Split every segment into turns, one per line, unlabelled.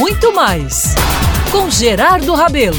muito mais com Gerardo Rabelo.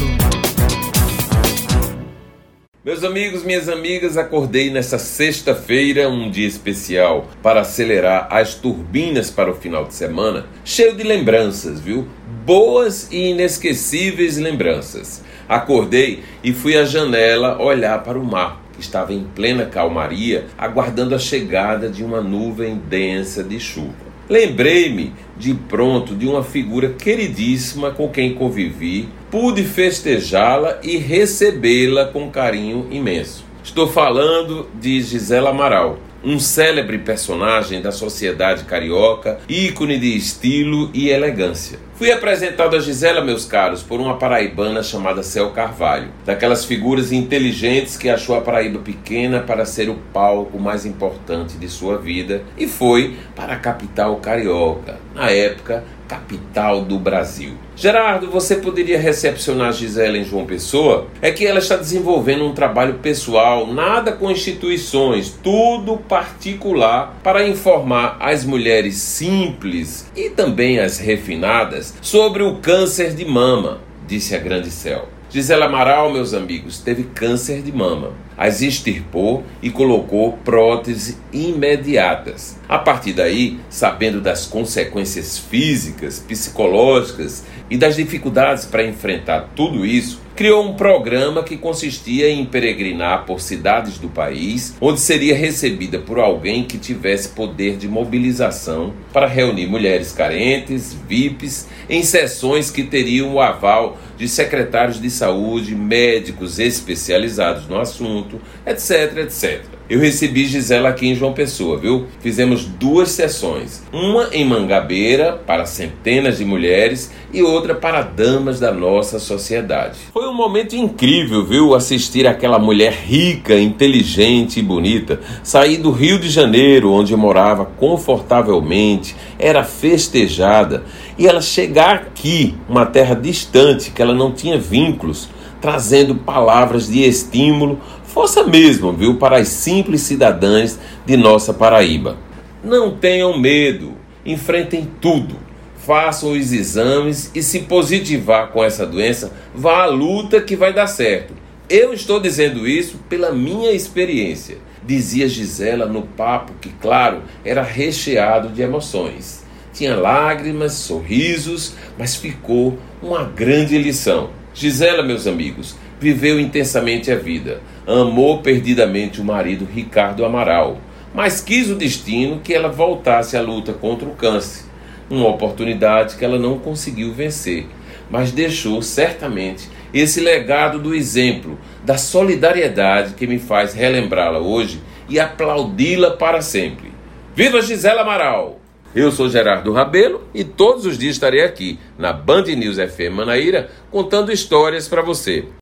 Meus amigos, minhas amigas, acordei nessa sexta-feira, um dia especial para acelerar as turbinas para o final de semana, cheio de lembranças, viu? Boas e inesquecíveis lembranças. Acordei e fui à janela olhar para o mar, que estava em plena calmaria, aguardando a chegada de uma nuvem densa de chuva. Lembrei-me de pronto de uma figura queridíssima com quem convivi, pude festejá-la e recebê-la com carinho imenso. Estou falando de Gisela Amaral, um célebre personagem da sociedade carioca, ícone de estilo e elegância. Fui apresentado a Gisela, meus caros, por uma paraibana chamada Céu Carvalho, daquelas figuras inteligentes que achou a Paraíba pequena para ser o palco mais importante de sua vida e foi para a capital carioca, na época, capital do Brasil. Gerardo, você poderia recepcionar Gisela em João Pessoa? É que ela está desenvolvendo um trabalho pessoal, nada com instituições, tudo particular, para informar as mulheres simples e também as refinadas sobre o câncer de mama, disse a grande Céu. Gisela Amaral, meus amigos, teve câncer de mama. As extirpou e colocou próteses imediatas. A partir daí, sabendo das consequências físicas, psicológicas e das dificuldades para enfrentar tudo isso, criou um programa que consistia em peregrinar por cidades do país, onde seria recebida por alguém que tivesse poder de mobilização para reunir mulheres carentes, VIPs, em sessões que teriam o aval de secretários de saúde, médicos especializados no assunto, etc, etc. Eu recebi Gisela aqui em João Pessoa, viu? Fizemos 2 sessões, uma em Mangabeira para centenas de mulheres e outra para damas da nossa sociedade. Foi um momento incrível, viu? Assistir aquela mulher rica, inteligente e bonita sair do Rio de Janeiro, onde eu morava confortavelmente, era festejada, e ela chegar aqui, uma terra distante, que ela não tinha vínculos, trazendo palavras de estímulo, força mesmo, viu, para as simples cidadãs de nossa Paraíba. Não tenham medo, enfrentem tudo, façam os exames e se positivar com essa doença, vá à luta que vai dar certo. Eu estou dizendo isso pela minha experiência, dizia Gisela no papo que, claro, era recheado de emoções. Tinha lágrimas, sorrisos, mas ficou uma grande lição. Gisela, meus amigos, viveu intensamente a vida, amou perdidamente o marido Ricardo Amaral, mas quis o destino que ela voltasse à luta contra o câncer, uma oportunidade que ela não conseguiu vencer, mas deixou certamente esse legado do exemplo, da solidariedade que me faz relembrá-la hoje e aplaudi-la para sempre. Viva Gisela Amaral! Eu sou Gerardo Rabelo e todos os dias estarei aqui na Band News FM Manaíra contando histórias para você.